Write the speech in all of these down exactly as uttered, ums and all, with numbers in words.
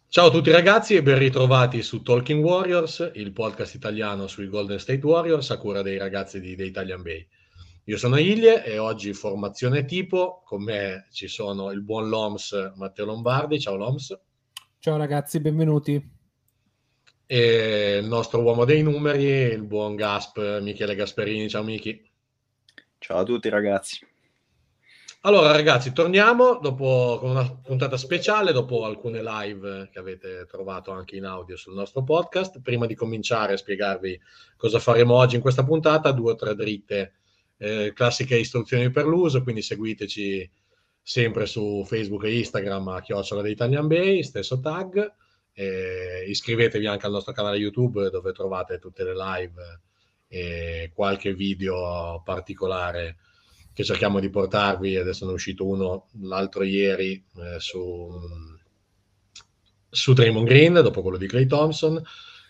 Ciao a tutti ragazzi e ben ritrovati su Talking Warriors, il podcast italiano sui Golden State Warriors a cura dei ragazzi di The Italian Bay. Io sono Ilie e oggi formazione tipo, con me ci sono il buon Loms Matteo Lombardi, ciao Loms, Ciao ragazzi, benvenuti. e il nostro uomo dei numeri, il buon Gasp Michele Gasperini, ciao Michi. Ciao a tutti ragazzi. Allora ragazzi, torniamo dopo con una puntata speciale, dopo alcune live che avete trovato anche in audio sul nostro podcast. Prima di cominciare a spiegarvi cosa faremo oggi in questa puntata, due o tre dritte, eh, classiche istruzioni per l'uso, quindi seguiteci sempre su Facebook e Instagram a chiocciola di Italian Bay, stesso tag, eh, iscrivetevi anche al nostro canale YouTube dove trovate tutte le live e qualche video particolare che cerchiamo di portarvi. Adesso ne è uscito uno l'altro ieri eh, su, su Draymond Green, dopo quello di Klay Thompson,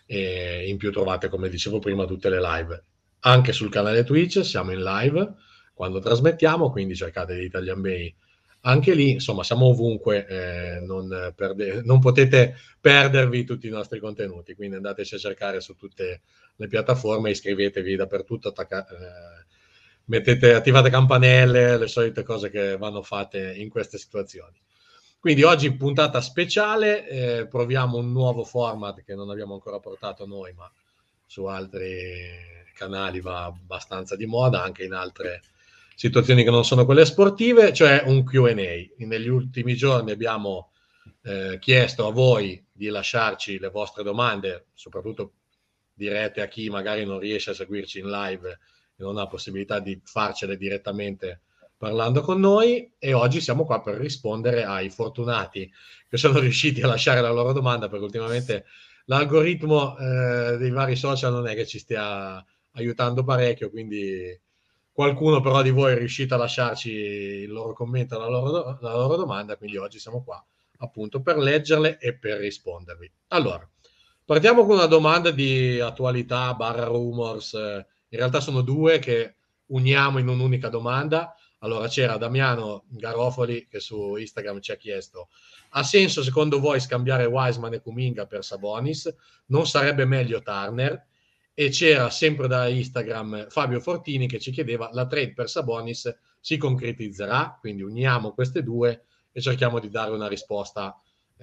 e in più trovate, come dicevo prima, tutte le live. Anche sul canale Twitch siamo in live quando trasmettiamo, quindi cercate di Italian Bay anche lì, insomma, siamo ovunque, eh, non, perde- non potete perdervi tutti i nostri contenuti, quindi andateci a cercare su tutte le piattaforme, iscrivetevi dappertutto, attacca- eh, mettete, attivate campanelle, le solite cose che vanno fatte in queste situazioni. Quindi oggi puntata speciale, eh, proviamo un nuovo format che non abbiamo ancora portato noi, ma su altri canali va abbastanza di moda, anche in altre situazioni che non sono quelle sportive, cioè un Q and A. Negli ultimi giorni abbiamo eh, chiesto a voi di lasciarci le vostre domande, soprattutto dirette a chi magari non riesce a seguirci in live e non ha possibilità di farcele direttamente parlando con noi, e oggi siamo qua per rispondere ai fortunati che sono riusciti a lasciare la loro domanda, perché ultimamente l'algoritmo eh, dei vari social non è che ci stia aiutando parecchio, quindi qualcuno però di voi è riuscito a lasciarci il loro commento, la loro, la loro domanda, quindi oggi siamo qua appunto per leggerle e per rispondervi. Allora, partiamo con una domanda di attualità barra rumors, in realtà sono due che uniamo in un'unica domanda. Allora c'era Damiano Garofoli che su Instagram ci ha chiesto: ha senso secondo voi scambiare Wiseman e Kuminga per Sabonis? Non sarebbe meglio Turner? E c'era sempre da Instagram Fabio Fortini che ci chiedeva: la trade per Sabonis si concretizzerà? Quindi uniamo queste due e cerchiamo di dare una risposta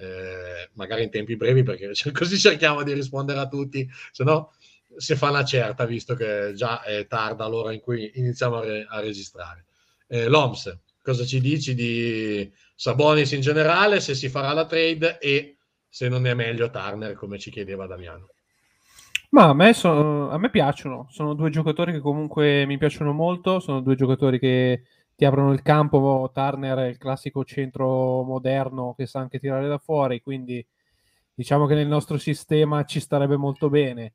eh, magari in tempi brevi, perché così cerchiamo di rispondere a tutti, se no si fa una certa, visto che già è tarda l'ora in cui iniziamo a, re- a registrare. Eh, Loms, cosa ci dici di Sabonis in generale, se si farà la trade e se non è meglio Turner, come ci chiedeva Damiano? Ma a me, so- a me piacciono, sono due giocatori che comunque mi piacciono molto, sono due giocatori che ti aprono il campo. Turner è il classico centro moderno che sa anche tirare da fuori, quindi diciamo che nel nostro sistema ci starebbe molto bene.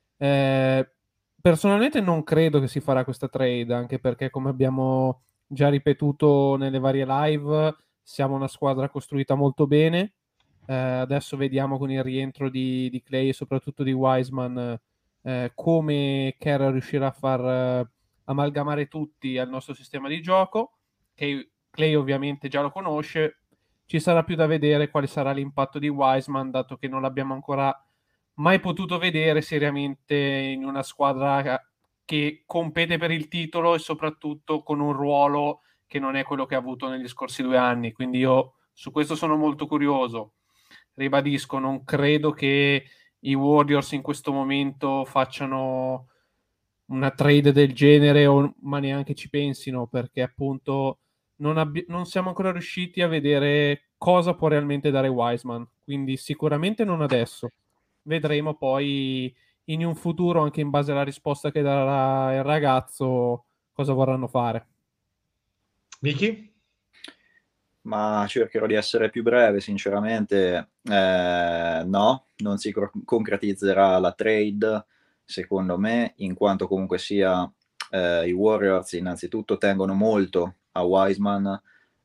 Eh, Personalmente non credo che si farà questa trade, anche perché come abbiamo già ripetuto nelle varie live, siamo una squadra costruita molto bene. Eh, adesso vediamo con il rientro di, di Clay e soprattutto di Wiseman eh, come Kerr riuscirà a far eh, amalgamare tutti al nostro sistema di gioco. Che Clay ovviamente già lo conosce, ci sarà più da vedere quale sarà l'impatto di Wiseman, dato che non l'abbiamo ancora mai potuto vedere seriamente in una squadra che compete per il titolo e soprattutto con un ruolo che non è quello che ha avuto negli scorsi due anni. Quindi io su questo sono molto curioso. Ribadisco, non credo che i Warriors in questo momento facciano una trade del genere, o, ma neanche ci pensino, perché appunto non, abbi- non siamo ancora riusciti a vedere cosa può realmente dare Wiseman. Quindi sicuramente non adesso. Vedremo poi in un futuro, anche in base alla risposta che darà il ragazzo, cosa vorranno fare. Miki? Ma cercherò di essere più breve, sinceramente. Eh, no, non si cro- concretizzerà la trade, secondo me, in quanto comunque sia eh, i Warriors innanzitutto tengono molto a Wiseman.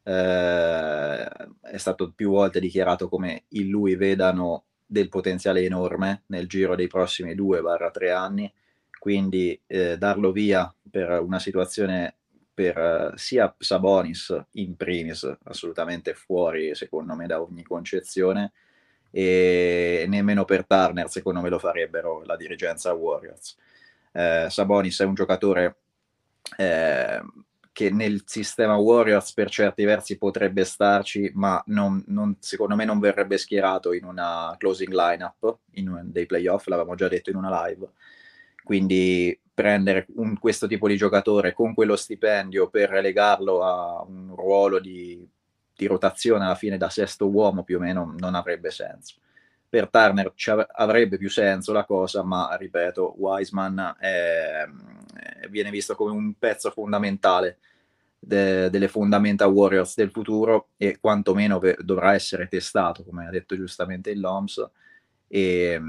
Eh, è stato più volte dichiarato come in lui vedano del potenziale enorme nel giro dei prossimi due tre anni, quindi eh, darlo via per una situazione per uh, sia Sabonis in primis, assolutamente fuori secondo me da ogni concezione, e nemmeno per Turner secondo me lo farebbero la dirigenza Warriors. Eh, Sabonis è un giocatore eh, che nel sistema Warriors per certi versi potrebbe starci, ma non, non, secondo me non verrebbe schierato in una closing lineup in un, dei playoff, l'avevamo già detto in una live. Quindi prendere un, questo tipo di giocatore con quello stipendio per relegarlo a un ruolo di, di rotazione alla fine da sesto uomo più o meno non avrebbe senso. Per Turner avrebbe più senso la cosa, ma ripeto, Wiseman è, viene visto come un pezzo fondamentale de, delle fondamenta Warriors del futuro e quantomeno dovrà essere testato, come ha detto giustamente il Loms, e,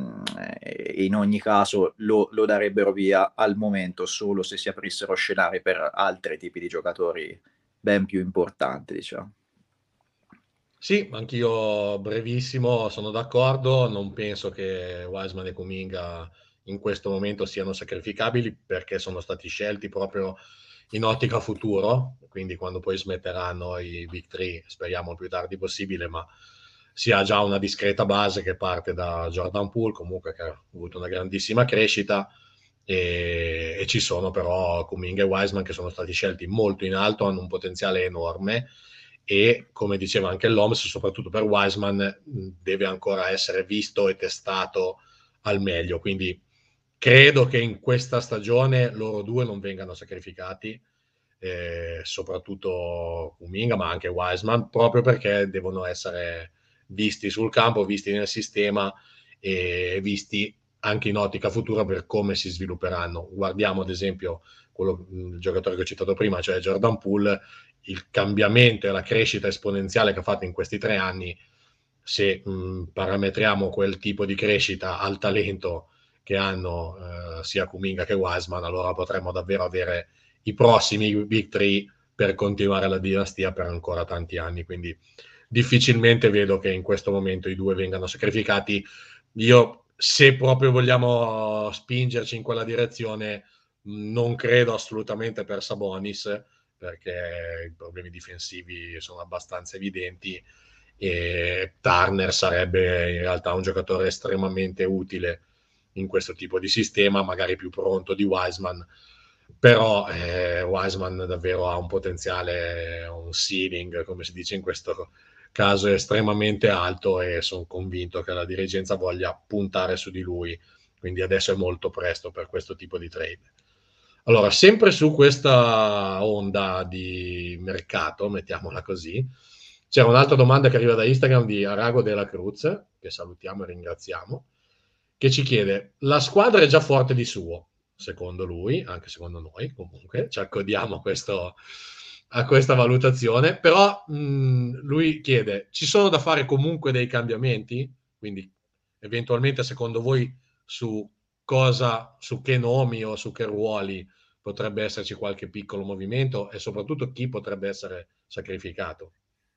e in ogni caso lo, lo darebbero via al momento solo se si aprissero scenari per altri tipi di giocatori ben più importanti, diciamo. Sì, anch'io brevissimo, sono d'accordo, non penso che Wiseman e Kuminga in questo momento siano sacrificabili perché sono stati scelti proprio in ottica futuro, quindi quando poi smetteranno i Big Three, speriamo il più tardi possibile, ma si ha già una discreta base che parte da Jordan Poole, comunque che ha avuto una grandissima crescita, e, e ci sono però Kuminga e Wiseman che sono stati scelti molto in alto, hanno un potenziale enorme, e come diceva anche l'Oms, soprattutto per Wiseman deve ancora essere visto e testato al meglio, quindi credo che in questa stagione loro due non vengano sacrificati, eh, soprattutto Kuminga ma anche Wiseman, proprio perché devono essere visti sul campo, visti nel sistema e visti anche in ottica futura per come si svilupperanno. Guardiamo ad esempio quello, il giocatore che ho citato prima, cioè Jordan Poole, il cambiamento e la crescita esponenziale che ha fatto in questi tre anni, se mh, parametriamo quel tipo di crescita al talento che hanno eh, sia Kuminga che Wiseman, allora potremmo davvero avere i prossimi Big Three per continuare la dinastia per ancora tanti anni, quindi difficilmente vedo che in questo momento i due vengano sacrificati. Io, se proprio vogliamo spingerci in quella direzione, non credo assolutamente per Sabonis, perché i problemi difensivi sono abbastanza evidenti e Turner sarebbe in realtà un giocatore estremamente utile in questo tipo di sistema, magari più pronto di Wiseman, però eh, Wiseman davvero ha un potenziale, un ceiling, come si dice in questo caso, estremamente alto, e sono convinto che la dirigenza voglia puntare su di lui, quindi adesso è molto presto per questo tipo di trade. Allora, sempre su questa onda di mercato, mettiamola così, c'era un'altra domanda che arriva da Instagram di Arago della Cruz, che salutiamo e ringraziamo, che ci chiede: la squadra è già forte di suo, secondo lui, anche secondo noi, comunque, ci accodiamo a, questo, a questa valutazione, però mh, lui chiede: ci sono da fare comunque dei cambiamenti? Quindi, eventualmente, secondo voi, su cosa, su che nomi o su che ruoli potrebbe esserci qualche piccolo movimento, e soprattutto chi potrebbe essere sacrificato?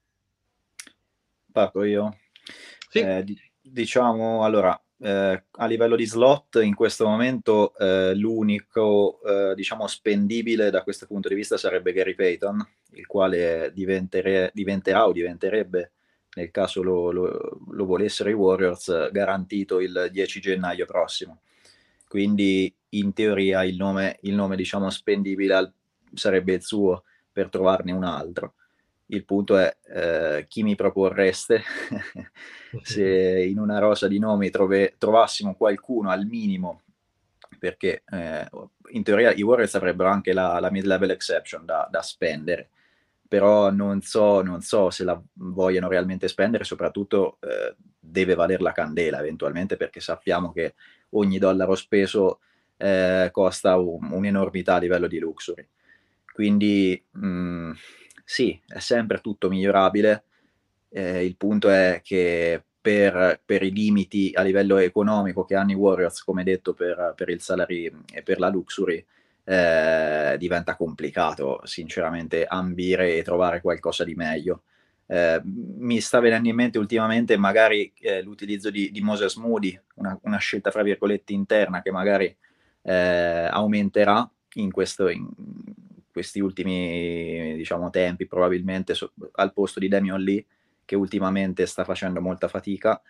Parto io? Sì. Eh, di- diciamo, allora, eh, a livello di slot in questo momento eh, l'unico eh, diciamo spendibile da questo punto di vista sarebbe Gary Payton, il quale diventere, diventerà o diventerebbe, nel caso lo, lo, lo volessero i Warriors, garantito il dieci gennaio prossimo. Quindi in teoria il nome, il nome diciamo spendibile al, sarebbe il suo, per trovarne un altro. Il punto è eh, chi mi proporreste se in una rosa di nomi trove, trovassimo qualcuno al minimo, perché eh, in teoria i Warriors avrebbero anche la, la mid-level exception da, da spendere, però non so, non so se la vogliono realmente spendere, soprattutto eh, deve valer la candela eventualmente, perché sappiamo che ogni dollaro speso eh, costa un, un'enormità a livello di luxury. Quindi mh, sì, è sempre tutto migliorabile. Eh, il punto è che per, per, i limiti a livello economico che hanno i Warriors, come detto, per, per il salary e per la luxury, eh, diventa complicato sinceramente ambire e trovare qualcosa di meglio. Eh, mi sta venendo in mente ultimamente magari eh, l'utilizzo di, di Moses Moody, una, una scelta fra virgolette interna che magari eh, aumenterà in, questo, in questi ultimi diciamo tempi, probabilmente so, al posto di Damian Lee, che ultimamente sta facendo molta fatica.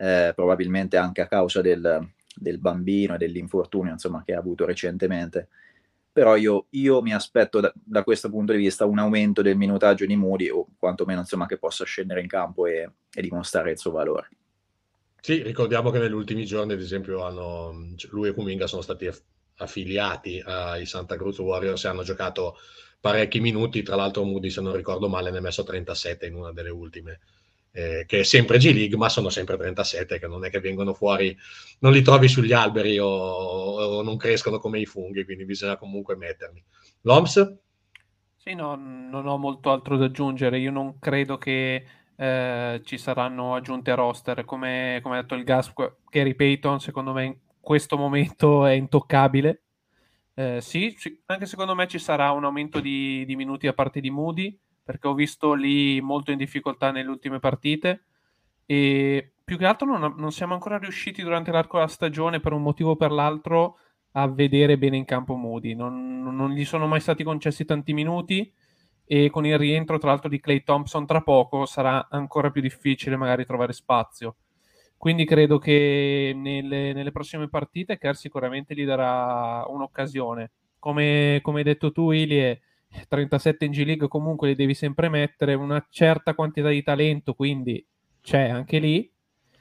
eh, probabilmente anche a causa del, del bambino e dell'infortunio insomma, che ha avuto recentemente. Però io, io mi aspetto da, da questo punto di vista un aumento del minutaggio di Moody, o quantomeno insomma, che possa scendere in campo e, e dimostrare il suo valore. Sì, ricordiamo che negli ultimi giorni, ad esempio, hanno, lui e Kuminga sono stati affiliati ai Santa Cruz Warriors e hanno giocato parecchi minuti. Tra l'altro Moody, se non ricordo male, ne ha messo trentasette in una delle ultime, eh, che è sempre G League, ma sono sempre trentasette, che non è che vengono fuori, non li trovi sugli alberi o, o non crescono come i funghi, quindi bisogna comunque metterli. L'Oms? Sì, no, non ho molto altro da aggiungere. Io non credo che eh, ci saranno aggiunte a roster. Come, come ha detto il Gas, Gary Payton, secondo me in questo momento è intoccabile. Eh, sì, sì, anche secondo me ci sarà un aumento di, di minuti da parte di Moody, perché ho visto lì molto in difficoltà nelle ultime partite. E più che altro non, non siamo ancora riusciti durante l'arco della stagione, per un motivo o per l'altro, a vedere bene in campo Moody. Non, non gli sono mai stati concessi tanti minuti e con il rientro tra l'altro di Klay Thompson tra poco sarà ancora più difficile magari trovare spazio. Quindi credo che nelle, nelle prossime partite Kerr sicuramente gli darà un'occasione. Come, come hai detto tu, Ilie, trentasette in G League comunque li devi sempre mettere, una certa quantità di talento, quindi c'è anche lì.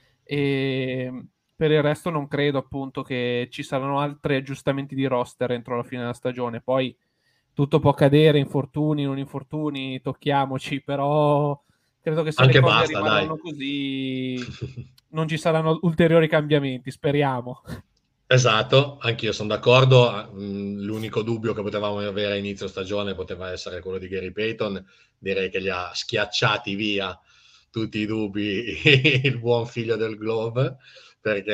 E per il resto non credo appunto che ci saranno altri aggiustamenti di roster entro la fine della stagione. Poi tutto può accadere, infortuni, non infortuni, tocchiamoci, però credo che se Anche le cose basta, rimarranno dai. così non ci saranno ulteriori cambiamenti, speriamo. Esatto, anch'io sono d'accordo. L'unico dubbio che potevamo avere a inizio stagione poteva essere quello di Gary Payton. Direi che li ha schiacciati via tutti i dubbi il buon figlio del Globe, perché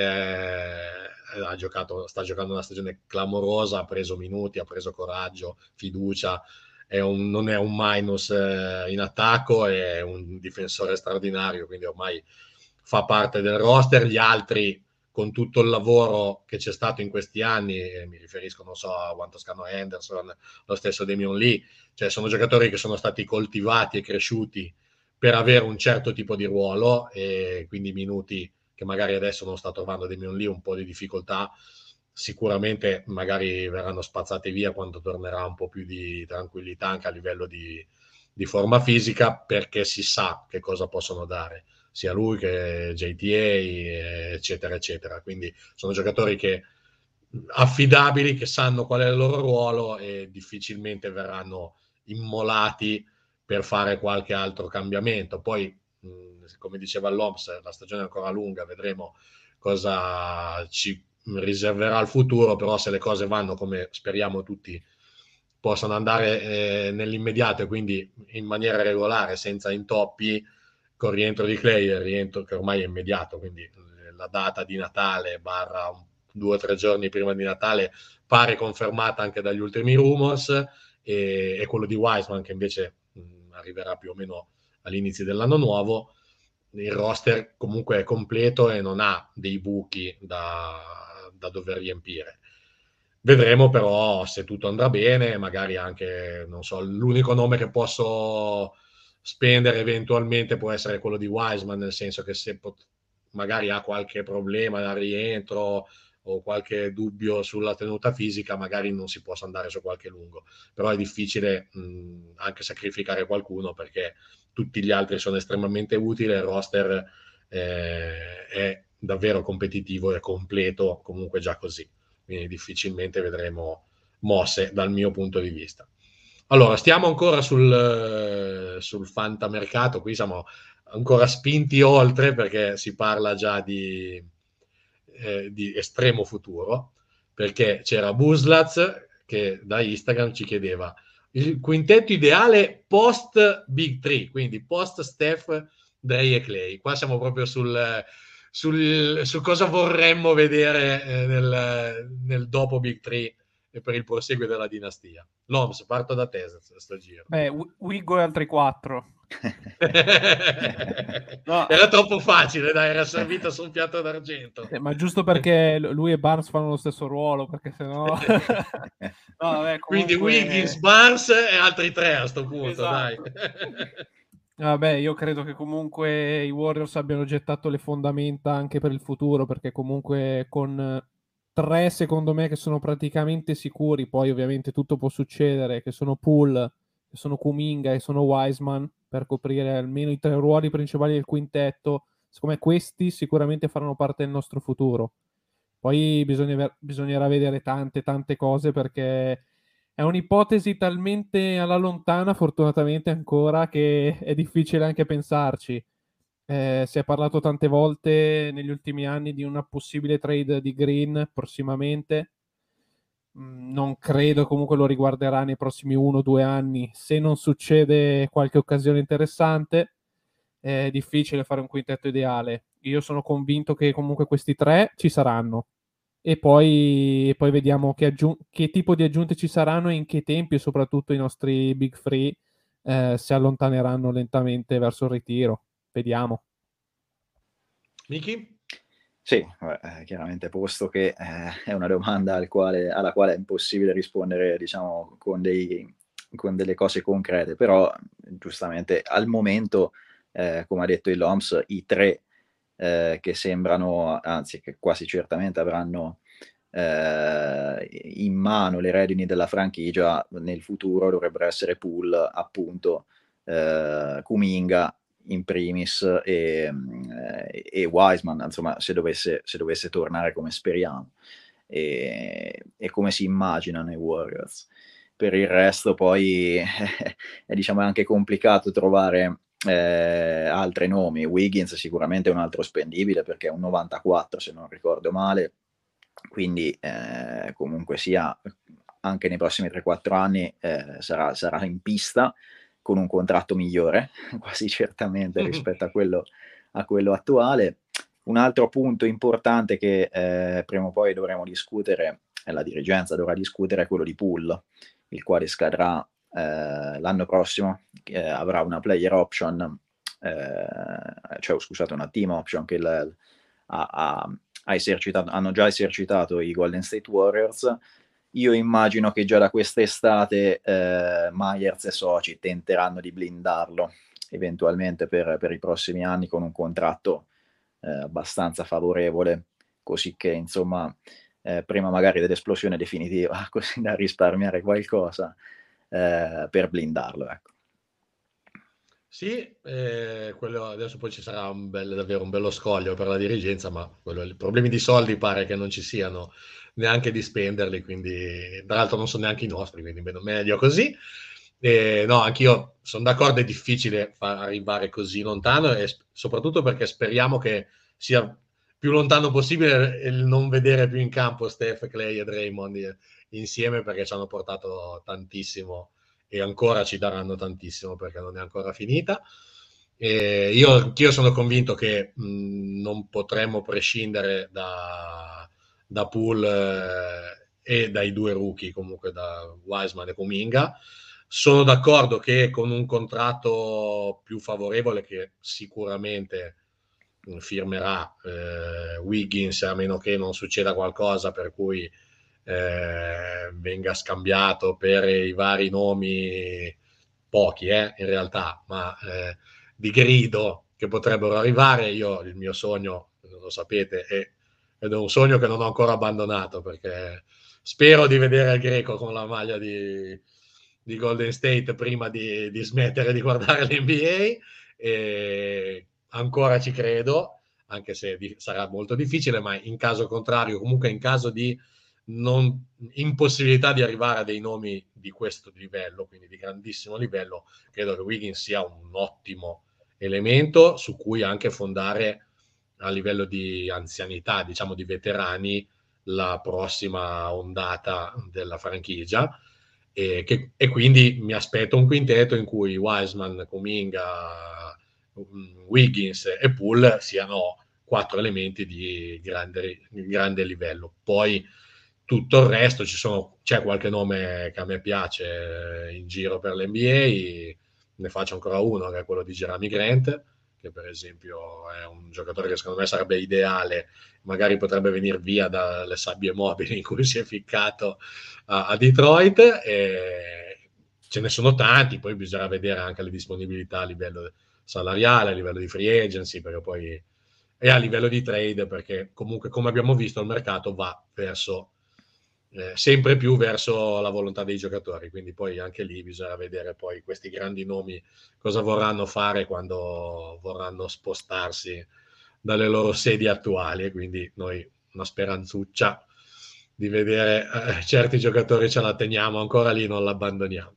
ha giocato, sta giocando una stagione clamorosa, ha preso minuti, ha preso coraggio, fiducia, è un, non è un minus in attacco, è un difensore straordinario, quindi ormai fa parte del roster. Gli altri, con tutto il lavoro che c'è stato in questi anni, eh, mi riferisco, non so, a Juan Toscano Henderson, lo stesso Damian Lee, cioè sono giocatori che sono stati coltivati e cresciuti per avere un certo tipo di ruolo, e quindi minuti che magari adesso non sta trovando Damian Lee, un po' di difficoltà, sicuramente magari verranno spazzati via quando tornerà un po' più di tranquillità anche a livello di, di forma fisica, perché si sa che cosa possono dare sia lui che J T A, eccetera, eccetera. Quindi sono giocatori che affidabili, che sanno qual è il loro ruolo e difficilmente verranno immolati per fare qualche altro cambiamento. Poi, mh, come diceva l'Oms, la stagione è ancora lunga, vedremo cosa ci riserverà il futuro, però se le cose vanno come speriamo tutti possano andare eh, nell'immediato e quindi in maniera regolare, senza intoppi, con il rientro di Clay, il rientro che ormai è immediato, quindi la data di Natale barra un, due o tre giorni prima di Natale pare confermata anche dagli ultimi rumors, e, e quello di Wiseman che invece mh, arriverà più o meno all'inizio dell'anno nuovo. Il roster comunque è completo e non ha dei buchi da, da dover riempire. Vedremo però se tutto andrà bene, magari anche, non so, l'unico nome che posso spendere eventualmente può essere quello di Wiseman, nel senso che se pot- magari ha qualche problema al rientro o qualche dubbio sulla tenuta fisica, magari non si possa andare su qualche lungo, però è difficile mh, anche sacrificare qualcuno perché tutti gli altri sono estremamente utili, il roster eh, è davvero competitivo e completo comunque già così, quindi difficilmente vedremo mosse dal mio punto di vista. Allora, stiamo ancora sul, sul fantamercato, qui siamo ancora spinti oltre perché si parla già di, eh, di estremo futuro, perché c'era Buslaz che da Instagram ci chiedeva il quintetto ideale post Big Three, quindi post Steph, Dre e Clay. Qua siamo proprio sul, sul, su cosa vorremmo vedere eh, nel, nel dopo Big Three e per il proseguo della dinastia. L'Oms, parto da te sto giro. Beh, Wigo e altri quattro. No. Era troppo facile, dai, era servito su un piatto d'argento. Eh, ma giusto perché lui e Barnes fanno lo stesso ruolo, perché sennò... no, vabbè, comunque... Quindi Wiggins, Barnes e altri tre a sto punto, esatto. dai. Vabbè, io credo che comunque i Warriors abbiano gettato le fondamenta anche per il futuro, perché comunque con tre, secondo me, che sono praticamente sicuri, poi ovviamente tutto può succedere, che sono Poole, che sono Kuminga e sono Wiseman, per coprire almeno i tre ruoli principali del quintetto. Secondo me questi sicuramente faranno parte del nostro futuro. Poi bisogna, bisognerà vedere tante, tante cose, perché è un'ipotesi talmente alla lontana, fortunatamente ancora, che è difficile anche pensarci. Eh, si è parlato tante volte negli ultimi anni di una possibile trade di Green prossimamente. Mm, Non credo comunque lo riguarderà nei prossimi uno o due anni. Se non succede qualche occasione interessante, è difficile fare un quintetto ideale. Io sono convinto che comunque questi tre ci saranno. E poi, e poi vediamo che, aggiun- che tipo di aggiunte ci saranno e in che tempi, e soprattutto i nostri big three eh, si allontaneranno lentamente verso il ritiro. Vediamo. Miki? Sì, vabbè, chiaramente posto che eh, è una domanda al quale, alla quale è impossibile rispondere, diciamo, con, dei, con delle cose concrete, però giustamente al momento, eh, come ha detto il Loms, i tre eh, che sembrano, anzi che quasi certamente avranno eh, in mano le redini della franchigia nel futuro dovrebbero essere Poole, appunto, eh, Kuminga in primis e, e Wiseman, insomma, se dovesse, se dovesse tornare come speriamo e, e come si immaginano i Warriors. Per il resto poi è diciamo anche complicato trovare eh, altri nomi. Wiggins sicuramente è un altro spendibile perché è un novantaquattro se non ricordo male, quindi eh, comunque sia anche nei prossimi tre quattro anni eh, sarà, sarà in pista con un contratto migliore, quasi certamente rispetto a quello, a quello attuale. Un altro punto importante che eh, prima o poi dovremo discutere, e la dirigenza dovrà discutere, è quello di Poole, il quale scadrà eh, l'anno prossimo, eh, avrà una player option, eh, cioè scusate, una team option che il, ha, ha, ha esercitato, hanno già esercitato i Golden State Warriors. Io immagino che già da quest'estate eh, Myers e soci tenteranno di blindarlo eventualmente per, per i prossimi anni con un contratto eh, abbastanza favorevole, così che insomma eh, prima magari dell'esplosione definitiva, così da risparmiare qualcosa eh, per blindarlo. Ecco. Sì, eh, quello adesso poi ci sarà un bel, davvero un bello scoglio per la dirigenza, ma quello, i problemi di soldi pare che non ci siano neanche di spenderli, quindi tra l'altro non sono neanche i nostri, quindi meno meglio così. E, no, anch'io sono d'accordo, è difficile far arrivare così lontano e sp- soprattutto perché speriamo che sia più lontano possibile il non vedere più in campo Steph, Clay e Draymond insieme perché ci hanno portato tantissimo e ancora ci daranno tantissimo perché non è ancora finita. E io anch'io sono convinto che mh, non potremmo prescindere da, da Poole eh, e dai due rookie, comunque da Wiseman e Kuminga. Sono d'accordo che con un contratto più favorevole che sicuramente firmerà eh, Wiggins, a meno che non succeda qualcosa per cui eh, venga scambiato per i vari nomi, pochi eh, in realtà, ma eh, di grido che potrebbero arrivare. Io il mio sogno, lo sapete, è, ed è un sogno che non ho ancora abbandonato perché spero di vedere il Greco con la maglia di, di Golden State prima di, di smettere di guardare l'N B A e ancora ci credo, anche se di, sarà molto difficile, ma in caso contrario, comunque in caso di non, impossibilità di arrivare a dei nomi di questo livello, quindi di grandissimo livello, credo che Wiggins sia un ottimo elemento su cui anche fondare a livello di anzianità, diciamo di veterani, la prossima ondata della franchigia. E, che, e quindi mi aspetto un quintetto in cui Wiseman, Kuminga, Wiggins e Poole siano quattro elementi di grande, grande livello. Poi tutto il resto, ci sono, c'è qualche nome che a me piace in giro per l'N B A, ne faccio ancora uno che è quello di Jeremy Grant, che per esempio è un giocatore che secondo me sarebbe ideale, magari potrebbe venire via dalle sabbie mobili in cui si è ficcato a, a Detroit. E ce ne sono tanti, poi bisogna vedere anche le disponibilità a livello salariale, a livello di free agency, perché poi e a livello di trade, perché comunque, come abbiamo visto, il mercato va verso eh, sempre più verso la volontà dei giocatori, quindi poi anche lì bisogna vedere poi questi grandi nomi cosa vorranno fare quando vorranno spostarsi dalle loro sedi attuali, e quindi noi una speranzuccia di vedere eh, certi giocatori ce la teniamo ancora lì, non l'abbandoniamo.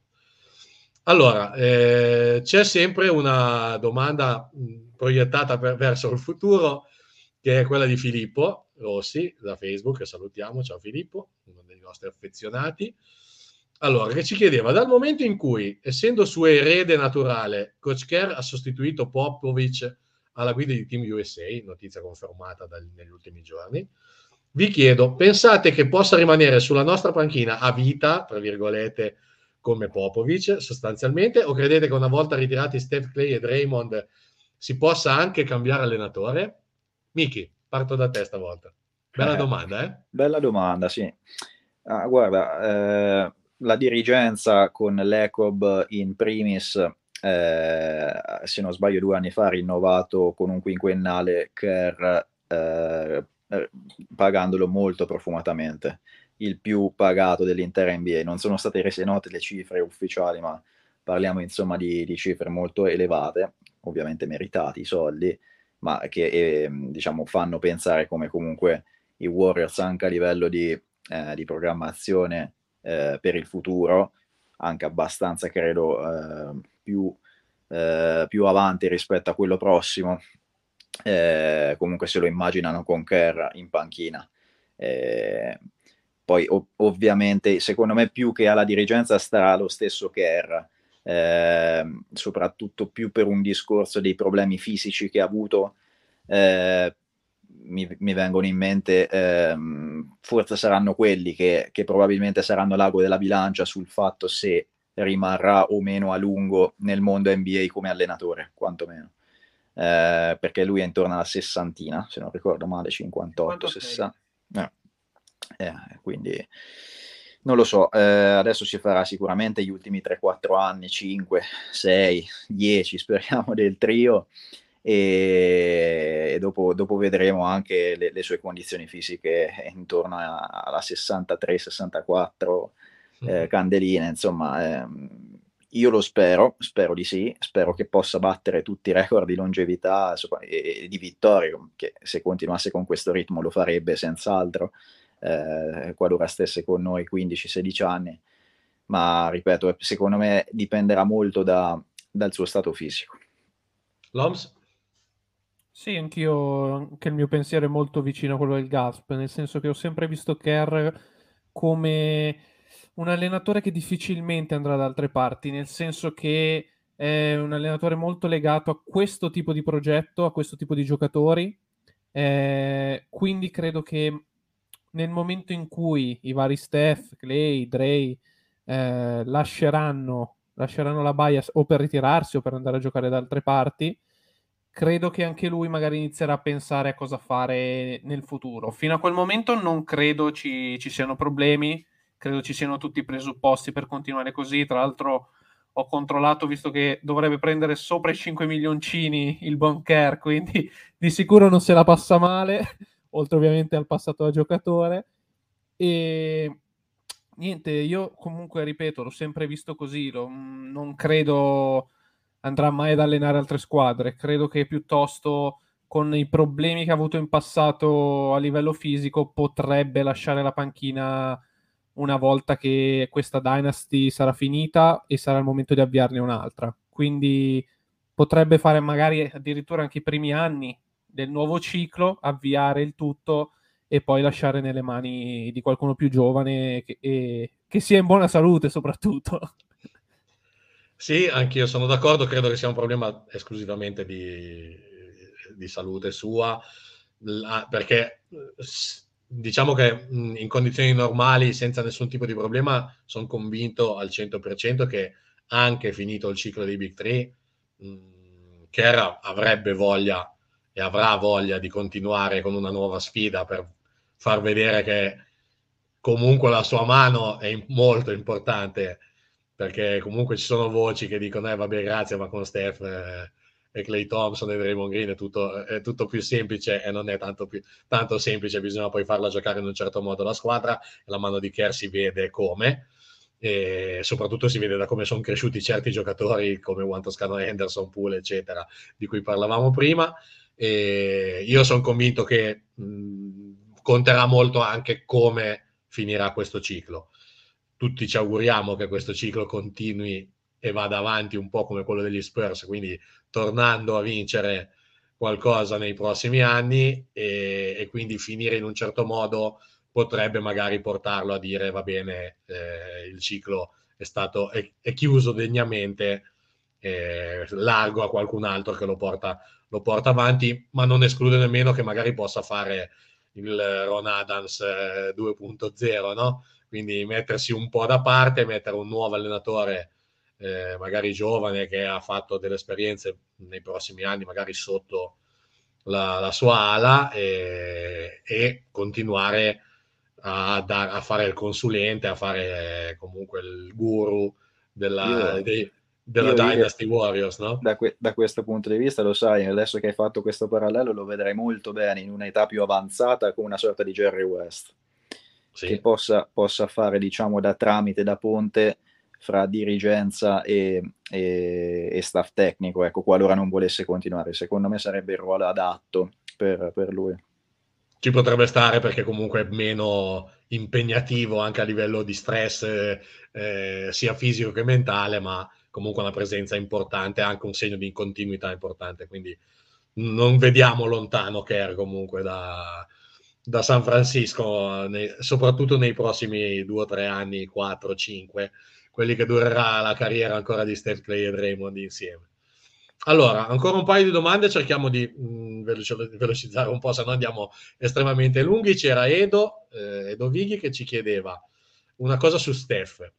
Allora, eh, c'è sempre una domanda mh, proiettata per, verso il futuro, che è quella di Filippo Rossi da Facebook, che salutiamo. Ciao Filippo, uno dei nostri affezionati. Allora, che ci chiedeva, dal momento in cui, essendo suo erede naturale, Coach Kerr ha sostituito Popovic alla guida di Team U S A, notizia confermata dal, negli ultimi giorni, vi chiedo, pensate che possa rimanere sulla nostra panchina a vita, tra virgolette, come Popovic sostanzialmente, o credete che una volta ritirati Steph Clay e Draymond si possa anche cambiare allenatore? Miki, parto da te stavolta. Bella domanda, eh? Bella domanda, sì. Ah, guarda, eh, la dirigenza con l'Ecob in primis, eh, se non sbaglio due anni fa, ha rinnovato con un quinquennale Kerr, eh, pagandolo molto profumatamente, il più pagato dell'intera N B A. Non sono state rese note le cifre ufficiali, ma parliamo insomma di, di cifre molto elevate, ovviamente meritati i soldi, ma che eh, diciamo fanno pensare come comunque i Warriors anche a livello di, eh, di programmazione eh, per il futuro, anche abbastanza credo eh, più, eh, più avanti rispetto a quello prossimo, eh, comunque se lo immaginano con Kerr in panchina. Eh, poi ov- ovviamente secondo me più che alla dirigenza starà lo stesso Kerr, eh, soprattutto più per un discorso dei problemi fisici che ha avuto. eh, mi, mi vengono in mente, ehm, forse saranno quelli che, che probabilmente saranno l'ago della bilancia sul fatto se rimarrà o meno a lungo nel mondo N B A come allenatore, quantomeno. Eh, perché lui è intorno alla sessantina, se non ricordo male, cinquantotto sessanta. Eh, eh, quindi non lo so, eh, adesso si farà sicuramente gli ultimi tre quattro anni, cinque, sei, dieci, speriamo, del trio, e, e dopo, dopo vedremo anche le, le sue condizioni fisiche intorno a, alla sessantatré sessantaquattro eh, candeline, insomma. ehm, Io lo spero, spero di sì, spero che possa battere tutti i record di longevità e di vittorie, che se continuasse con questo ritmo lo farebbe senz'altro, eh, qualora stesse con noi quindici sedici anni, ma ripeto, secondo me dipenderà molto da, dal suo stato fisico. Loms? Sì, anch'io, anche il mio pensiero è molto vicino a quello del Gasp, nel senso che ho sempre visto Kerr come un allenatore che difficilmente andrà da altre parti, nel senso che è un allenatore molto legato a questo tipo di progetto, a questo tipo di giocatori, eh, quindi credo che nel momento in cui i vari Steph, Clay, Dre eh, lasceranno, lasceranno la bias o per ritirarsi o per andare a giocare da altre parti, credo che anche lui magari inizierà a pensare a cosa fare nel futuro. Fino a quel momento non credo ci, ci siano problemi, credo ci siano tutti i presupposti per continuare così. Tra l'altro ho controllato, visto che dovrebbe prendere sopra i cinque milioncini il buon Kerr, quindi di sicuro non se la passa male, oltre ovviamente al passato da giocatore. E niente, io comunque ripeto, l'ho sempre visto così, lo, non credo andrà mai ad allenare altre squadre, credo che piuttosto con i problemi che ha avuto in passato a livello fisico potrebbe lasciare la panchina una volta che questa Dynasty sarà finita e sarà il momento di avviarne un'altra. Quindi potrebbe fare magari addirittura anche i primi anni del nuovo ciclo, avviare il tutto e poi lasciare nelle mani di qualcuno più giovane che, e, che sia in buona salute soprattutto. Sì, anch'io sono d'accordo, credo che sia un problema esclusivamente di, di salute sua, la, perché diciamo che in condizioni normali, senza nessun tipo di problema, sono convinto al cento per cento che anche finito il ciclo dei Big Three, Kerr avrebbe voglia e avrà voglia di continuare con una nuova sfida per far vedere che comunque la sua mano è molto importante, perché comunque ci sono voci che dicono eh vabbè grazie, ma con Steph eh, e Klay Thompson e Draymond Green è tutto, è tutto più semplice, e non è tanto, più, tanto semplice, bisogna poi farla giocare in un certo modo la squadra, e la mano di Kerr si vede come, e soprattutto si vede da come sono cresciuti certi giocatori come Juan Toscano Henderson, Poole, eccetera, di cui parlavamo prima. E io sono convinto che mh, conterà molto anche come finirà questo ciclo. Tutti ci auguriamo che questo ciclo continui e vada avanti un po' come quello degli Spurs, quindi tornando a vincere qualcosa nei prossimi anni, e, e quindi finire in un certo modo potrebbe magari portarlo a dire va bene, eh, il ciclo è stato è, è chiuso degnamente, eh, largo a qualcun altro che lo porta, lo porta avanti, ma non esclude nemmeno che magari possa fare il Ron Adams eh, due punto zero, no? Quindi mettersi un po' da parte, mettere un nuovo allenatore eh, magari giovane che ha fatto delle esperienze nei prossimi anni magari sotto la, la sua ala, e, e continuare a, da, a fare il consulente, a fare comunque il guru della, Io, dei, della io Igor, Dynasty Warriors, no? da, que- da questo punto di vista, lo sai, adesso che hai fatto questo parallelo, lo vedrei molto bene in un'età più avanzata con una sorta di Jerry West, che Sì. possa, possa fare, diciamo, da tramite, da ponte fra dirigenza e, e, e staff tecnico, ecco, qualora non volesse continuare. Secondo me sarebbe il ruolo adatto per, per lui. Ci potrebbe stare, perché comunque è meno impegnativo anche a livello di stress, eh, sia fisico che mentale, ma comunque una presenza importante, anche un segno di continuità importante, quindi non vediamo lontano Kerr comunque da, da San Francisco, nei, soprattutto nei prossimi due o tre anni, quattro, cinque, quelli che durerà la carriera ancora di Steph, Clay e Draymond insieme. Allora, ancora un paio di domande, cerchiamo di mh, veloci- velocizzare un po', se no andiamo estremamente lunghi. C'era Edo, eh, Edo Vighi, che ci chiedeva una cosa su Steph.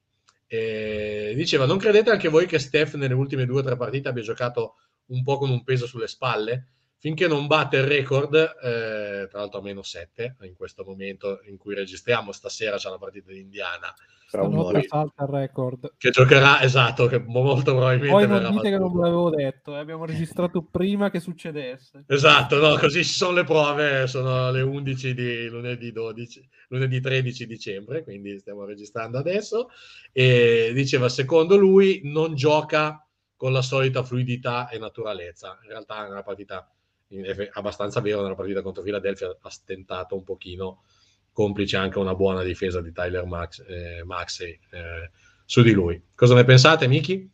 Eh, diceva, non credete anche voi che Steph nelle ultime due o tre partite abbia giocato un po' con un peso sulle spalle? Finché non batte il record, eh, tra l'altro a meno sette in questo momento in cui registriamo, stasera c'è la partita di Indiana, Fra Stanotte un'ora. salta il record. che giocherà, esatto, che molto probabilmente Poi non verrà dite che non battuto. ve l'avevo detto, eh, abbiamo registrato prima che succedesse. Esatto, no, così ci sono le prove, sono le undici di lunedì dodici, lunedì tredici dicembre, quindi stiamo registrando adesso, e diceva, secondo lui non gioca con la solita fluidità e naturalezza. In realtà nella partita, è abbastanza vero, nella partita contro Philadelphia ha stentato un pochino, complice anche una buona difesa di Tyler Max, eh, Maxey eh, su di lui. Cosa ne pensate, Miki?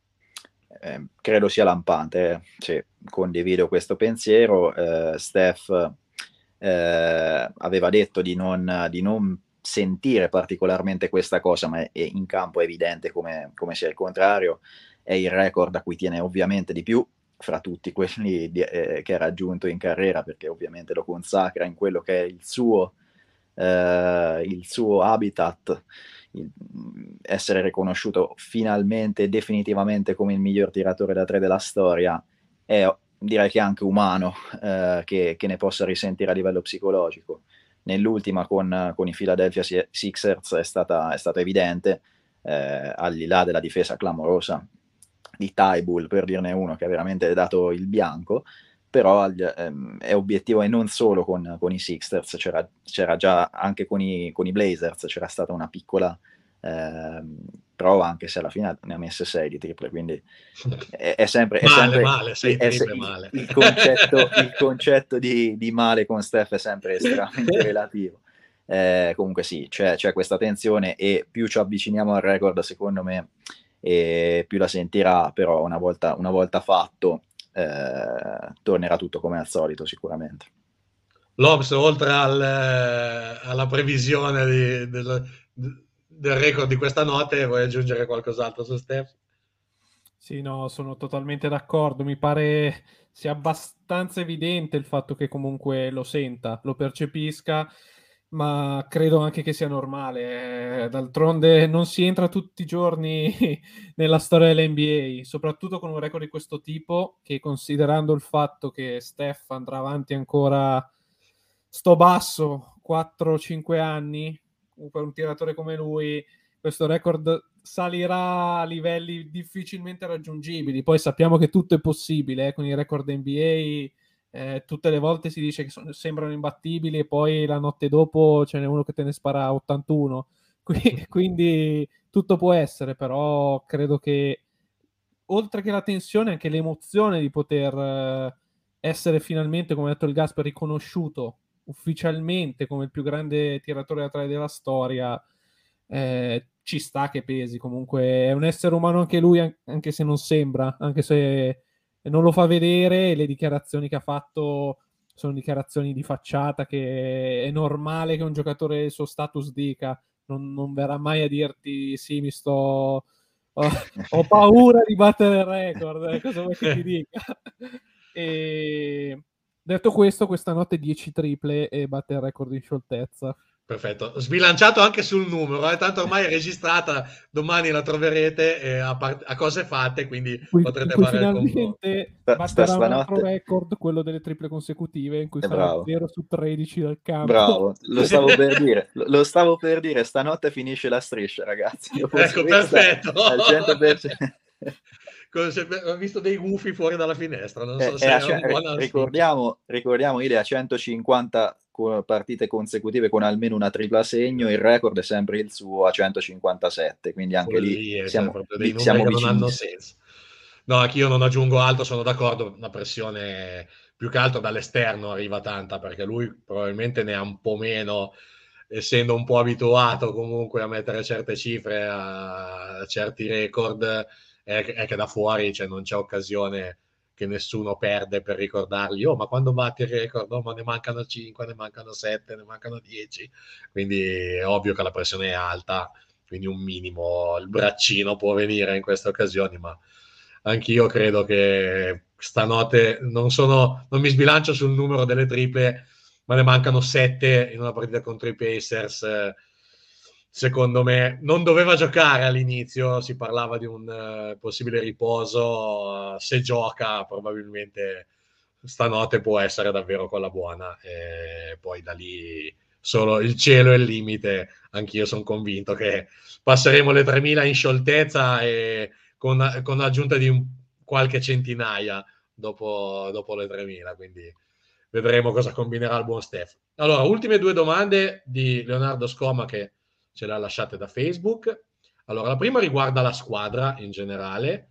Eh, credo sia lampante, eh. Sì, condivido questo pensiero. Eh, Steph eh, aveva detto di non, di non sentire particolarmente questa cosa, ma è, è in campo è evidente come, come sia il contrario. È il record a cui tiene ovviamente di più fra tutti quelli di, eh, che ha raggiunto in carriera, perché ovviamente lo consacra in quello che è il suo, eh, il suo habitat, il, essere riconosciuto finalmente, definitivamente come il miglior tiratore da tre della storia, è direi che anche umano eh, che, che ne possa risentire a livello psicologico. Nell'ultima con, con i Philadelphia Sixers è stata, è stata evidente, eh, al di là della difesa clamorosa di Tybull, per dirne uno che ha veramente dato il bianco, però ehm, è obiettivo, e non solo con, con i Sixers, c'era, c'era già anche con i, con i Blazers, c'era stata una piccola ehm, prova, anche se alla fine ne ha messe sei di triple, quindi è, è sempre, è Male, sempre male, sei è, triple, il, male. il concetto, il concetto di, di male con Steph è sempre estremamente relativo. Eh, comunque sì, c'è, c'è questa tensione, e più ci avviciniamo al record, secondo me, e più la sentirà, però una volta, una volta fatto eh, tornerà tutto come al solito sicuramente. L'Obs, oltre al, alla previsione di, del, del record di questa notte, vuoi aggiungere qualcos'altro su Steph? Sì, no, sono totalmente d'accordo. Mi pare sia abbastanza evidente il fatto che comunque lo senta, lo percepisca, ma credo anche che sia normale. Eh, D'altronde non si entra tutti i giorni nella storia dell'N B A, soprattutto con un record di questo tipo, che considerando il fatto che Steph andrà avanti ancora sto basso, quattro cinque anni, per un tiratore come lui, questo record salirà a livelli difficilmente raggiungibili. Poi sappiamo che tutto è possibile, eh, con i record N B A, eh, tutte le volte si dice che sono, sembrano imbattibili e poi la notte dopo ce n'è uno che te ne spara ottantuno. Quindi tutto può essere, però credo che oltre che la tensione, anche l'emozione di poter eh, essere finalmente, come ha detto il Gasper, riconosciuto ufficialmente come il più grande tiratore da tre della storia, eh, ci sta che pesi. Comunque è un essere umano anche lui, anche se non sembra, anche se non lo fa vedere. Le dichiarazioni che ha fatto sono dichiarazioni di facciata, che è normale che un giocatore del suo status dica. Non, non verrà mai a dirti sì, mi sto... Ho, ho paura di battere il record, eh, cosa vuoi che ti dica? E detto questo, questa notte dieci triple e batte il record di scioltezza. Perfetto, sbilanciato anche sul numero, eh? Tanto ormai è registrata, domani la troverete eh, a, part- a cose fatte, quindi Qui, potrete in cui fare il confronto. finalmente Sta- batterà sta- un altro stanotte- record, quello delle triple consecutive, in cui È sarà bravo. zero su tredici dal campo. Bravo, lo stavo per dire, lo, lo stavo per dire, stanotte finisce la striscia, ragazzi. Dopo Ecco, questa, perfetto. al cento per cento. Ho visto dei gufi fuori dalla finestra, non so E- se e a è ce- un buon auspicio. ricordiamo, ricordiamo Ile a centocinquanta co- partite consecutive con almeno una tripla segno, il record è sempre il suo a centocinquantasette, quindi anche lì Follie, cioè, siamo, proprio dei vi- numeri siamo che non hanno vicinissimi. senso. No, anch'io non aggiungo altro, sono d'accordo, una pressione più che altro dall'esterno arriva tanta, perché lui probabilmente ne ha un po' meno, essendo un po' abituato comunque a mettere certe cifre, a certi record, è, è che da fuori cioè, non c'è occasione che nessuno perde per ricordargli, oh ma quando batti il record, oh, ma ne mancano cinque, ne mancano sette, ne mancano dieci, quindi è ovvio che la pressione è alta, quindi un minimo, il braccino può venire in queste occasioni, ma anch'io credo che stanotte non sono, non mi sbilancio sul numero delle triple, ma ne mancano sette in una partita contro i Pacers. Secondo me non doveva giocare all'inizio, si parlava di un uh, possibile riposo, uh, se gioca probabilmente stanotte può essere davvero quella buona, e poi da lì solo il cielo è il limite. Anch'io sono convinto che passeremo le tremila in scioltezza e con, con l'aggiunta di un, qualche centinaia dopo, dopo le tremila, quindi vedremo cosa combinerà il buon Steph. Allora, ultime due domande di Leonardo Scoma che ce le ha lasciate da Facebook. Allora, la prima riguarda la squadra in generale.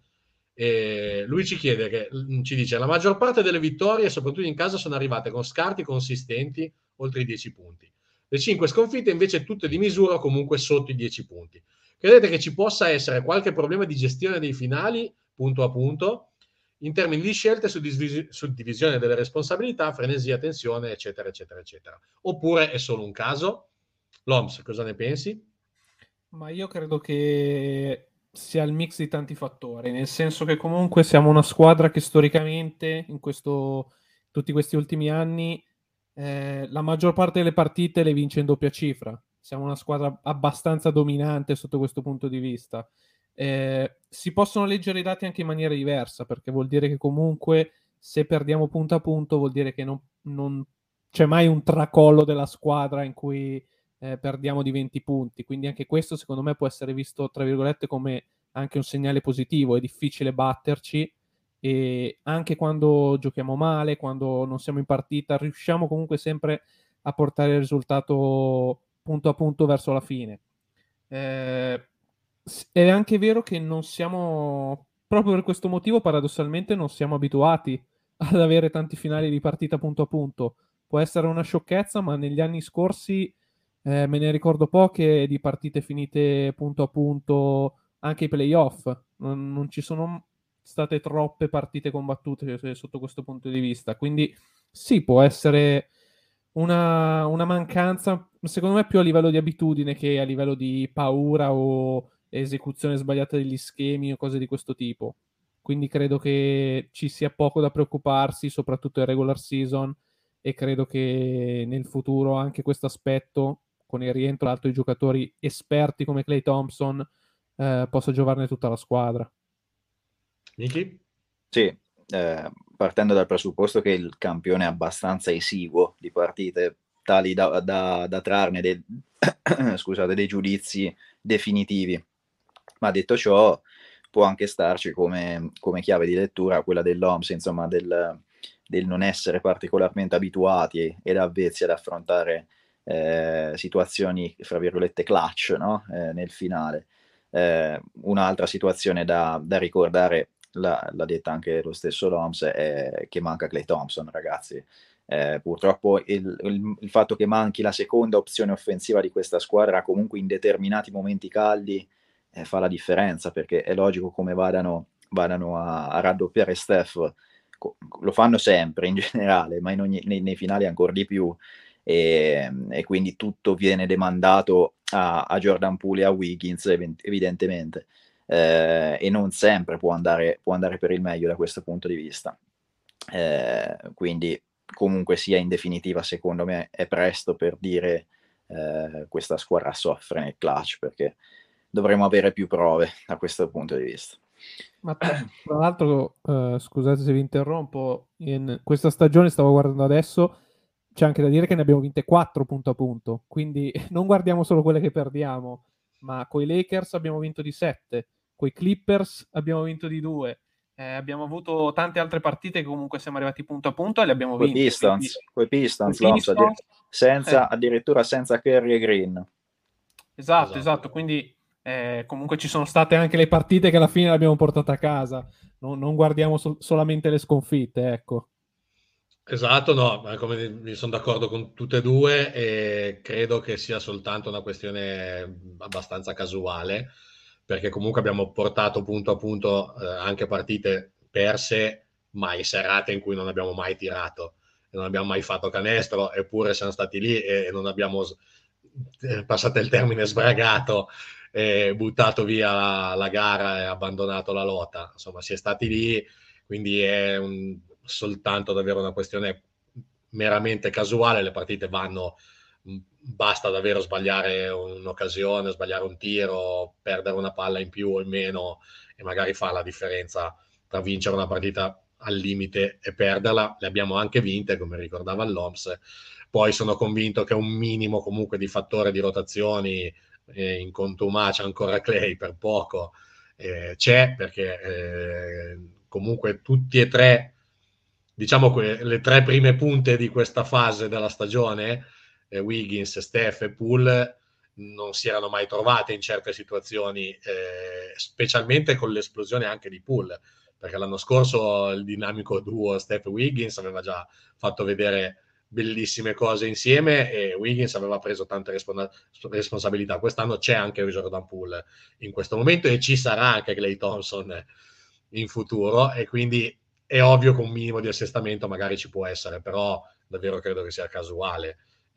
E lui ci chiede che ci dice la maggior parte delle vittorie, soprattutto in casa, sono arrivate con scarti consistenti oltre i dieci punti. Le cinque sconfitte invece tutte di misura o comunque sotto i dieci punti. Credete che ci possa essere qualche problema di gestione dei finali, punto a punto, in termini di scelte, suddivisione delle responsabilità, frenesia, tensione, eccetera, eccetera, eccetera? Oppure è solo un caso? Loms, cosa ne pensi? Ma io credo che sia il mix di tanti fattori, nel senso che comunque siamo una squadra che storicamente, in questo, tutti questi ultimi anni, eh, la maggior parte delle partite le vince in doppia cifra. Siamo una squadra abbastanza dominante sotto questo punto di vista. Eh, si possono leggere i dati anche in maniera diversa, perché vuol dire che comunque se perdiamo punto a punto vuol dire che non, non c'è mai un tracollo della squadra in cui eh, perdiamo di venti punti, quindi anche questo secondo me può essere visto tra virgolette come anche un segnale positivo. È difficile batterci e anche quando giochiamo male, quando non siamo in partita, riusciamo comunque sempre a portare il risultato punto a punto verso la fine. Eh, è anche vero che non siamo, proprio per questo motivo, paradossalmente, non siamo abituati ad avere tanti finali di partita punto a punto. Può essere una sciocchezza, ma negli anni scorsi eh, me ne ricordo poche di partite finite punto a punto, anche i playoff. Non, non ci sono state troppe partite combattute sotto questo punto di vista. Quindi sì, può essere una, una mancanza, secondo me, più a livello di abitudine che a livello di paura o esecuzione sbagliata degli schemi o cose di questo tipo. Quindi credo che ci sia poco da preoccuparsi, soprattutto in regular season, e credo che nel futuro anche questo aspetto, con il rientro di altri giocatori esperti come Klay Thompson, eh, possa giovarne tutta la squadra. Niki? Sì, eh, partendo dal presupposto che il campione è abbastanza esiguo di partite tali da, da, da trarne dei, scusate, dei giudizi definitivi. Ma detto ciò, può anche starci come, come chiave di lettura quella dell'Homes, insomma, del, del non essere particolarmente abituati ed avvezzi ad affrontare eh, situazioni, fra virgolette, clutch, no? eh, nel finale. Eh, un'altra situazione da, da ricordare, l'ha, l'ha detta anche lo stesso Holmes, è che manca Klay Thompson, ragazzi. Eh, purtroppo il, il, il fatto che manchi la seconda opzione offensiva di questa squadra comunque in determinati momenti caldi eh, fa la differenza, perché è logico come vadano, vadano a, a raddoppiare Steph, co- lo fanno sempre in generale, ma in ogni, nei, nei finali ancora di più, e, e quindi tutto viene demandato a, a Jordan Poole e a Wiggins evidentemente, eh, e non sempre può andare, può andare per il meglio da questo punto di vista. Eh, quindi comunque sia, in definitiva, secondo me è presto per dire eh, questa squadra soffre nel clutch, perché dovremo avere più prove da questo punto di vista. Ma tra, tra l'altro, eh, scusate se vi interrompo, in questa stagione stavo guardando adesso, c'è anche da dire che ne abbiamo vinte quattro punto a punto, quindi non guardiamo solo quelle che perdiamo, ma coi Lakers abbiamo vinto di sette, coi Clippers abbiamo vinto di due, eh, abbiamo avuto tante altre partite che comunque siamo arrivati punto a punto e le abbiamo Coi vinte. Pistons, coi Pistons, Coi Pistons Pistons senza, eh. addirittura senza Curry e Green. Esatto, esatto, esatto. Quindi eh, comunque ci sono state anche le partite che alla fine l'abbiamo portata a casa, non, non guardiamo so- solamente le sconfitte, ecco. Esatto, no, ma come mi sono d'accordo con tutte e due e credo che sia soltanto una questione abbastanza casuale, perché comunque abbiamo portato punto a punto eh, anche partite perse, ma in serate in cui non abbiamo mai tirato, non abbiamo mai fatto canestro, eppure siamo stati lì e non abbiamo, eh, passate il termine, sbragato, e buttato via la, la gara e abbandonato la lotta. Insomma, si è stati lì, quindi è un, soltanto davvero una questione meramente casuale. Le partite vanno, basta davvero sbagliare un'occasione, sbagliare un tiro, perdere una palla in più o in meno e magari fa la differenza tra vincere una partita al limite e perderla. Le abbiamo anche vinte, come ricordava l'Oms. Poi sono convinto che un minimo comunque di fattore di rotazioni eh, in contumacia ancora Clay per poco eh, c'è, perché eh, comunque tutti e tre, diciamo que- le tre prime punte di questa fase della stagione, eh, Wiggins, Steph e Poole, non si erano mai trovate in certe situazioni, eh, specialmente con l'esplosione anche di Poole, perché l'anno scorso il dinamico duo Steph Wiggins aveva già fatto vedere bellissime cose insieme e Wiggins aveva preso tante respons- responsabilità. Quest'anno c'è anche Jordan Poole in questo momento e ci sarà anche Klay Thompson in futuro, e quindi è ovvio che un minimo di assestamento magari ci può essere, però davvero credo che sia casuale.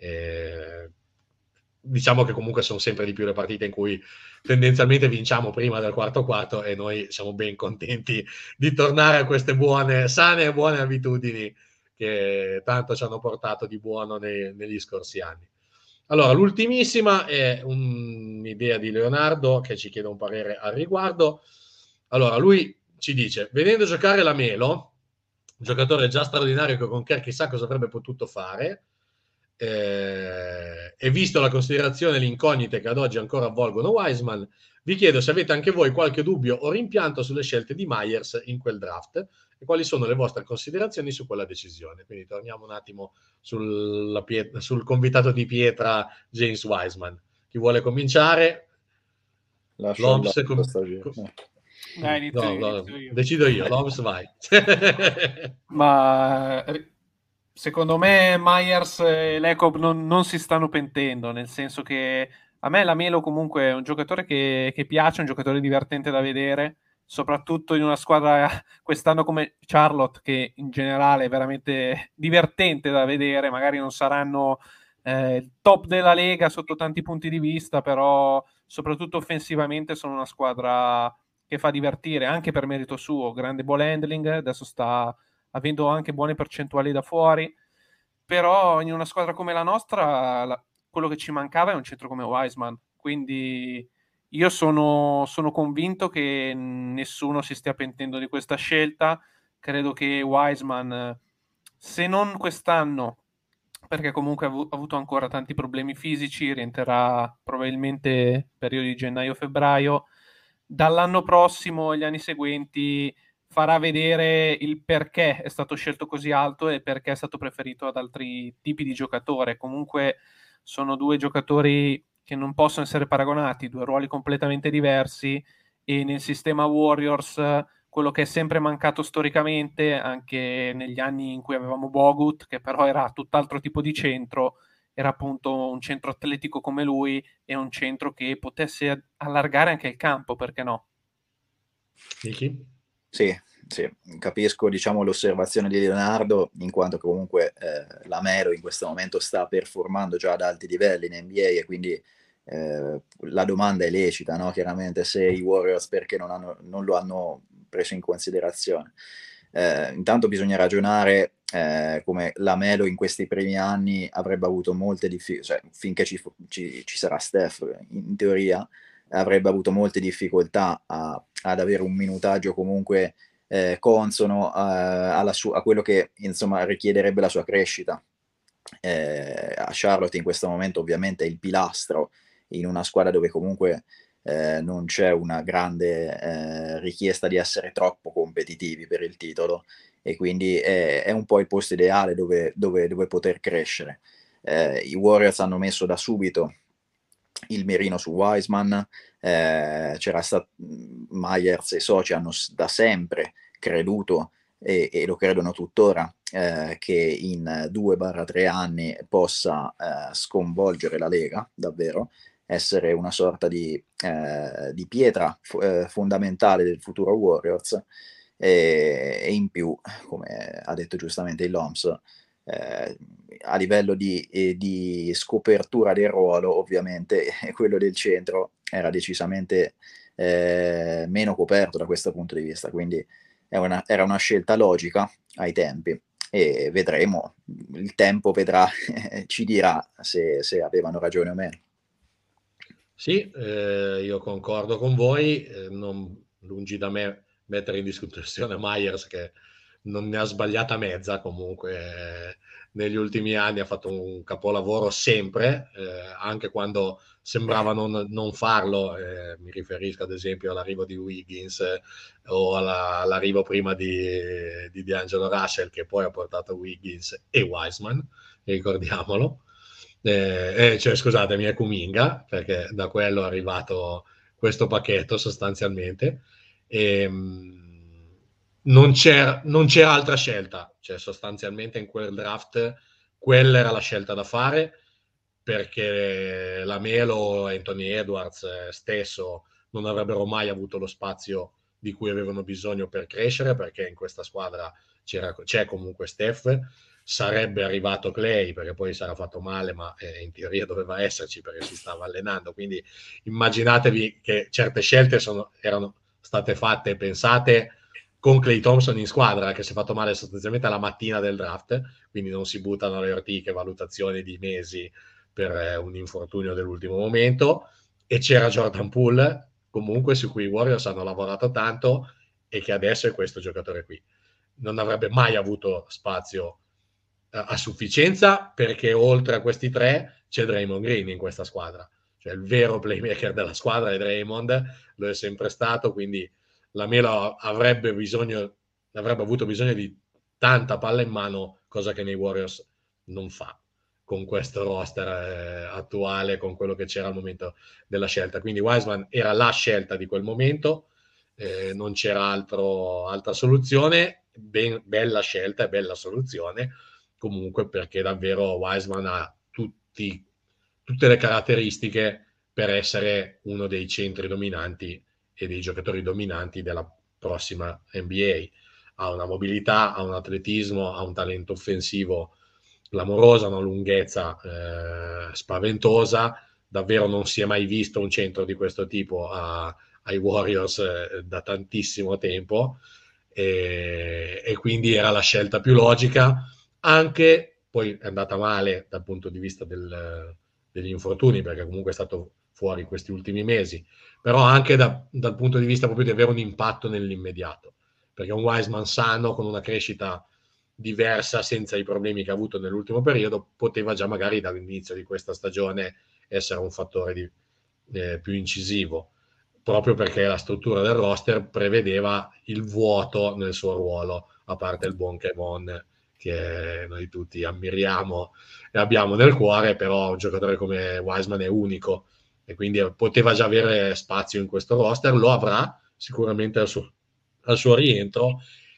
Eh, diciamo che comunque sono sempre di più le partite in cui tendenzialmente vinciamo prima del quarto quarto e noi siamo ben contenti di tornare a queste buone, sane e buone abitudini che tanto ci hanno portato di buono nei, negli scorsi anni. Allora, l'ultimissima è un'idea di Leonardo che ci chiede un parere al riguardo. Allora, lui ci dice: vedendo giocare la Melo, un giocatore già straordinario che con Kerr chissà cosa avrebbe potuto fare, eh, e visto la considerazione e le incognite che ad oggi ancora avvolgono Wiseman, vi chiedo se avete anche voi qualche dubbio o rimpianto sulle scelte di Myers in quel draft e quali sono le vostre considerazioni su quella decisione. Quindi torniamo un attimo sul, pietra, sul convitato di pietra James Wiseman. Chi vuole cominciare? Lascio L'Oms all'altro com- stagione. com- Dai, inizio no, io, no, inizio io. decido io, l'Oms vai. Ma eh, secondo me Myers e Lekop non, non si stanno pentendo, nel senso che a me la Melo comunque è un giocatore che, che piace, un giocatore divertente da vedere, soprattutto in una squadra quest'anno come Charlotte, che in generale è veramente divertente da vedere. Magari non saranno eh, il top della Lega sotto tanti punti di vista, però soprattutto offensivamente sono una squadra che fa divertire, anche per merito suo. Grande ball handling, adesso sta avendo anche buone percentuali da fuori, però in una squadra come la nostra la, quello che ci mancava è un centro come Wiseman, quindi io sono, sono convinto che nessuno si stia pentendo di questa scelta. Credo che Wiseman, se non quest'anno, perché comunque ha avuto ancora tanti problemi fisici, rientrerà probabilmente periodo di gennaio-febbraio. dall'anno prossimo e gli anni seguenti farà vedere il perché è stato scelto così alto e perché è stato preferito ad altri tipi di giocatore. Comunque sono due giocatori che non possono essere paragonati, due ruoli completamente diversi, e nel sistema Warriors quello che è sempre mancato storicamente, anche negli anni in cui avevamo Bogut, che però era tutt'altro tipo di centro, era appunto un centro atletico come lui e un centro che potesse allargare anche il campo, perché no? Nicky? Sì, sì, capisco, diciamo, l'osservazione di Leonardo, in quanto comunque eh, la Melo in questo momento sta performando già ad alti livelli in N B A, e quindi eh, la domanda è lecita, no? Chiaramente, se i Warriors perché non, hanno, non lo hanno preso in considerazione. Eh, intanto bisogna ragionare eh, come la Melo in questi primi anni avrebbe avuto molte difficoltà, cioè finché ci, ci, ci sarà Steph, in teoria avrebbe avuto molte difficoltà a, ad avere un minutaggio comunque eh, consono eh, alla su- a quello che insomma richiederebbe la sua crescita. Eh, a Charlotte in questo momento ovviamente è il pilastro in una squadra dove comunque eh, non c'è una grande eh, richiesta di essere troppo competitivi per il titolo, e quindi è, è un po' il posto ideale dove, dove, dove poter crescere. Eh, I Warriors hanno messo da subito il mirino su Wiseman, eh, c'era stato Myers e i soci hanno da sempre creduto e, e lo credono tuttora eh, che in due tre anni possa eh, sconvolgere la Lega, davvero essere una sorta di, eh, di pietra f- eh, fondamentale del futuro Warriors, e, e in più, come ha detto giustamente il Loms, eh, a livello di, eh, di scopertura del ruolo, ovviamente quello del centro era decisamente eh, meno coperto da questo punto di vista, quindi è una, era una scelta logica ai tempi, e vedremo, il tempo vedrà, ci dirà se, se avevano ragione o meno. Sì, eh, io concordo con voi, eh, non, lungi da me mettere in discussione Myers, che non ne ha sbagliata mezza comunque, eh, negli ultimi anni ha fatto un capolavoro sempre, eh, anche quando sembrava non, non farlo, eh, mi riferisco ad esempio all'arrivo di Wiggins eh, o alla, all'arrivo prima di, di D'Angelo Russell, che poi ha portato Wiggins e Wiseman, ricordiamolo. Eh, eh, cioè, scusatemi, è Kuminga, perché da quello è arrivato questo pacchetto sostanzialmente. E, mh, non, c'era, non c'era altra scelta, cioè sostanzialmente in quel draft quella era la scelta da fare, perché la Melo e Anthony Edwards eh, stesso non avrebbero mai avuto lo spazio di cui avevano bisogno per crescere, perché in questa squadra c'era, c'è comunque Steph. Sarebbe arrivato Clay, perché poi sarà fatto male, ma eh, in teoria doveva esserci perché si stava allenando, quindi immaginatevi che certe scelte sono, erano state fatte e pensate con Clay Thompson in squadra, che si è fatto male sostanzialmente alla mattina del draft, quindi non si buttano le ortiche, valutazioni di mesi per eh, un infortunio dell'ultimo momento, e c'era Jordan Poole comunque su cui i Warriors hanno lavorato tanto, e che adesso è questo giocatore qui. Non avrebbe mai avuto spazio a, a sufficienza, perché oltre a questi tre c'è Draymond Green in questa squadra, cioè il vero playmaker della squadra è Draymond, lo è sempre stato, quindi la Melo avrebbe bisogno, avrebbe avuto bisogno di tanta palla in mano, cosa che nei Warriors non fa con questo roster eh, attuale, con quello che c'era al momento della scelta. Quindi Wiseman era la scelta di quel momento, eh, non c'era altro, altra soluzione, ben, bella scelta e bella soluzione comunque, perché davvero Wiseman ha tutti, tutte le caratteristiche per essere uno dei centri dominanti e dei giocatori dominanti della prossima N B A. Ha una mobilità, ha un atletismo, ha un talento offensivo clamorosa, una lunghezza eh, spaventosa. Davvero non si è mai visto un centro di questo tipo a, ai Warriors eh, da tantissimo tempo, e, e quindi era la scelta più logica. Anche poi è andata male dal punto di vista del, degli infortuni, perché comunque è stato fuori questi ultimi mesi, però anche da, dal punto di vista proprio di avere un impatto nell'immediato, perché un Wiseman sano con una crescita diversa, senza i problemi che ha avuto nell'ultimo periodo, poteva già magari dall'inizio di questa stagione essere un fattore di, eh, più incisivo. proprio perché la struttura del roster prevedeva il vuoto nel suo ruolo, a parte il buon Kevon, che noi tutti ammiriamo e abbiamo nel cuore, però un giocatore come Wiseman è unico e quindi poteva già avere spazio in questo roster, lo avrà sicuramente al suo, al suo rientro,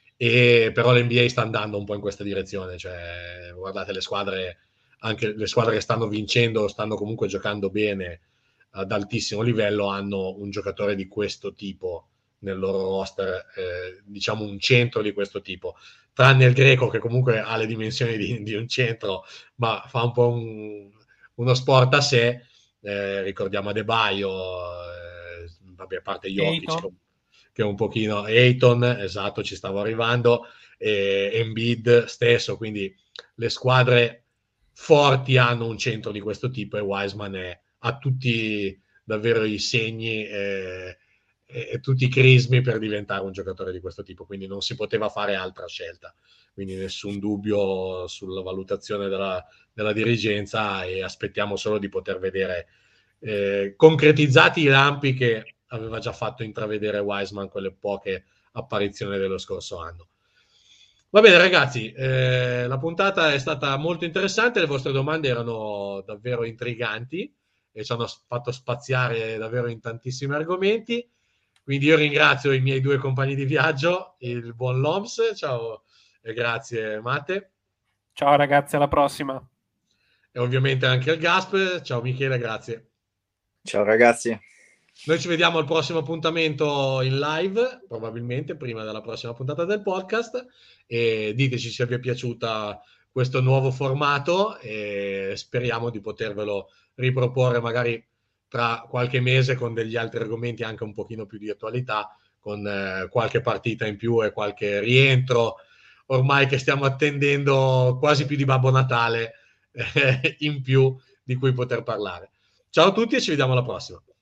e però l'N B A sta andando un po' in questa direzione, cioè guardate le squadre, anche le squadre che stanno vincendo, stanno comunque giocando bene ad altissimo livello, hanno un giocatore di questo tipo nel loro roster, eh, diciamo un centro di questo tipo, tranne il Greco che comunque ha le dimensioni di, di un centro, ma fa un po' un, uno sport a sé. Eh, ricordiamo Adebayo, eh, vabbè, a parte Jokic che, che è un pochino Ayton, esatto, ci stavo arrivando, e Embiid stesso, quindi le squadre forti hanno un centro di questo tipo e Wiseman è, ha tutti davvero i segni eh, e, e tutti i crismi per diventare un giocatore di questo tipo, quindi non si poteva fare altra scelta, quindi nessun dubbio sulla valutazione della, della dirigenza, e aspettiamo solo di poter vedere eh, concretizzati i lampi che aveva già fatto intravedere Wiseman quelle poche apparizioni dello scorso anno. Va bene ragazzi, eh, la puntata è stata molto interessante, le vostre domande erano davvero intriganti e ci hanno fatto spaziare davvero in tantissimi argomenti, quindi io ringrazio i miei due compagni di viaggio, il buon Loms, ciao e grazie Matte. Ciao ragazzi, alla prossima. E ovviamente anche il Gasp, ciao Michele, grazie. Ciao ragazzi. Noi ci vediamo al prossimo appuntamento in live, probabilmente prima della prossima puntata del podcast, e diteci se vi è piaciuta questo nuovo formato e speriamo di potervelo riproporre magari tra qualche mese con degli altri argomenti anche un pochino più di attualità, con eh, qualche partita in più e qualche rientro, ormai che stiamo attendendo quasi più di Babbo Natale eh, in più di cui poter parlare. Ciao a tutti e ci vediamo alla prossima.